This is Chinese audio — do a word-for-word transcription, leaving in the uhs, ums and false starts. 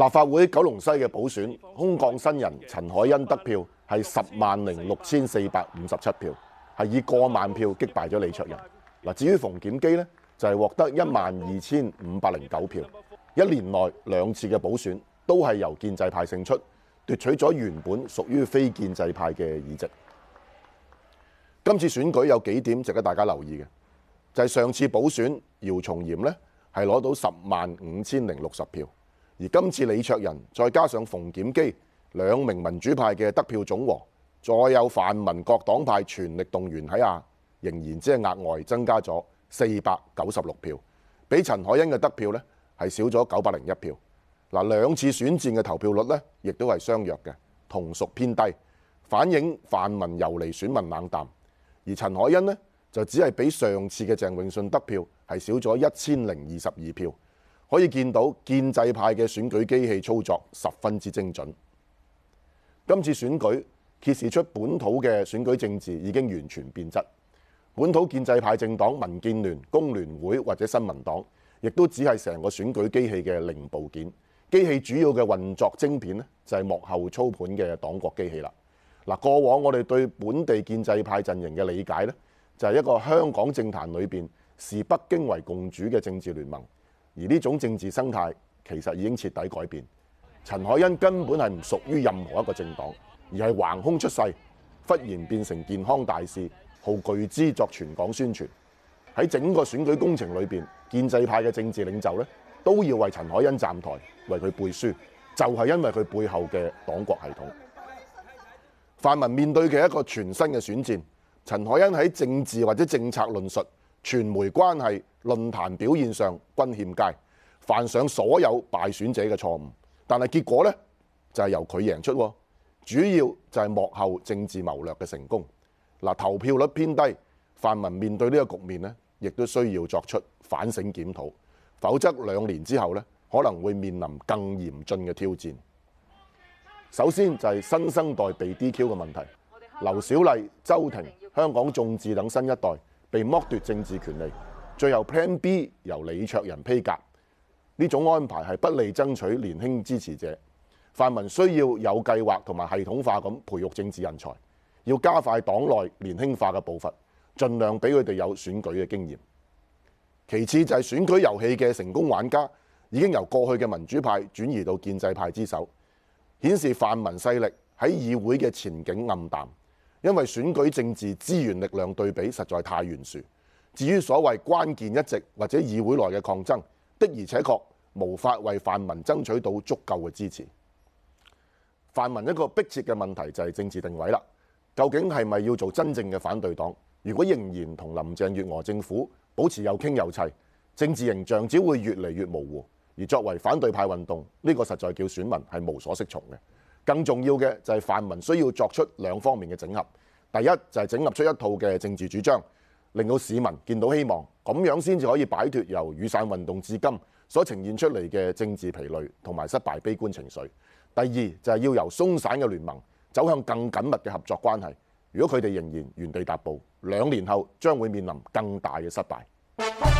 立法會九龍西嘅補選，空降新人陳凱欣得票係十萬零六千四百五十七票，係以過萬票擊敗咗李卓人。嗱，至於馮檢基呢，就係獲得一萬二千五百零九票。一年內兩次嘅補選都係由建制派勝出，奪取咗原本屬於非建制派嘅議席。今次選舉有幾點值得大家留意嘅，就係上次補選姚松炎呢係攞到十萬五千零六十票。而今次李卓人再加上馮檢基兩名民主派嘅得票總和，再有泛民各黨派全力動員喺下，仍然只係額外增加咗四百九十六票，比陳凱欣嘅得票呢係少咗九百零一票。嗱，兩次選戰嘅投票率呢亦都係相若嘅，同屬偏低，反映泛民游離選民冷淡。而陳凱欣呢就只係比上次嘅鄭泳舜得票係少咗一千零二十二票。可以見到建制派嘅選舉機器操作十分之精準。今次選舉揭示出本土嘅選舉政治已經完全變質。本土建制派政黨民建聯、工聯會或者新民黨，亦都只係成個選舉機器嘅零部件。機器主要嘅運作晶片呢，就係幕後操盤嘅黨國機器啦。嗱，過往我哋對本地建制派陣營嘅理解呢，就係一個香港政壇裏邊視北京為共主嘅政治聯盟。而呢種政治生態其實已經徹底改變。陳凱欣根本係唔屬於任何一個政黨，而係橫空出世，忽然變成健康大使，耗巨資作全港宣傳。喺整個選舉工程裏邊，建制派嘅政治領袖咧都要為陳凱欣站台，為佢背書，就係因為佢背後嘅黨國系統。泛民面對嘅一個全新嘅選戰，陳凱欣喺政治或者政策論述、傳媒關係、論壇表現上均欠佳，犯上所有敗選者嘅錯誤。但係結果呢，就係由佢贏出，主要就係幕後政治謀略嘅成功。嗱，投票率偏低，泛民面對呢個局面呢，亦都需要作出反省檢討，否則兩年之後呢，可能會面臨更嚴峻嘅挑戰。首先就係新生代被 D Q 嘅問題，劉小麗、周庭、香港眾志等新一代被剝奪政治權利，最後 Plan B 由李卓人披甲，呢種安排係不利爭取年輕支持者。泛民需要有計劃同埋系統化咁培育政治人才，要加快黨內年輕化嘅步伐，盡量俾佢哋有選舉嘅經驗。其次就係選舉遊戲嘅成功玩家已經由過去嘅民主派轉移到建制派之手，顯示泛民勢力喺議會嘅前景暗淡。因為選舉政治資源力量對比實在太懸殊，至於所謂關鍵一席或者議會內嘅抗爭，的而且確無法為泛民爭取到足夠嘅支持。泛民一個迫切嘅問題就係政治定位啦，究竟係咪要做真正嘅反對黨？如果仍然同林鄭月娥政府保持又傾又砌，政治形象只會越嚟越模糊。而作為反對派運動，呢個實在叫選民係無所適從嘅。更重要嘅就係泛民需要作出兩方面嘅整合。第一就係整合出一套嘅政治主張，令到市民見到希望，咁樣先至可以擺脫由雨傘運動至今所呈現出嚟嘅政治疲累同埋失敗悲觀情緒。第二就係要由鬆散嘅聯盟走向更緊密嘅合作關係。如果佢哋仍然原地踏步，兩年後將會面臨更大嘅失敗。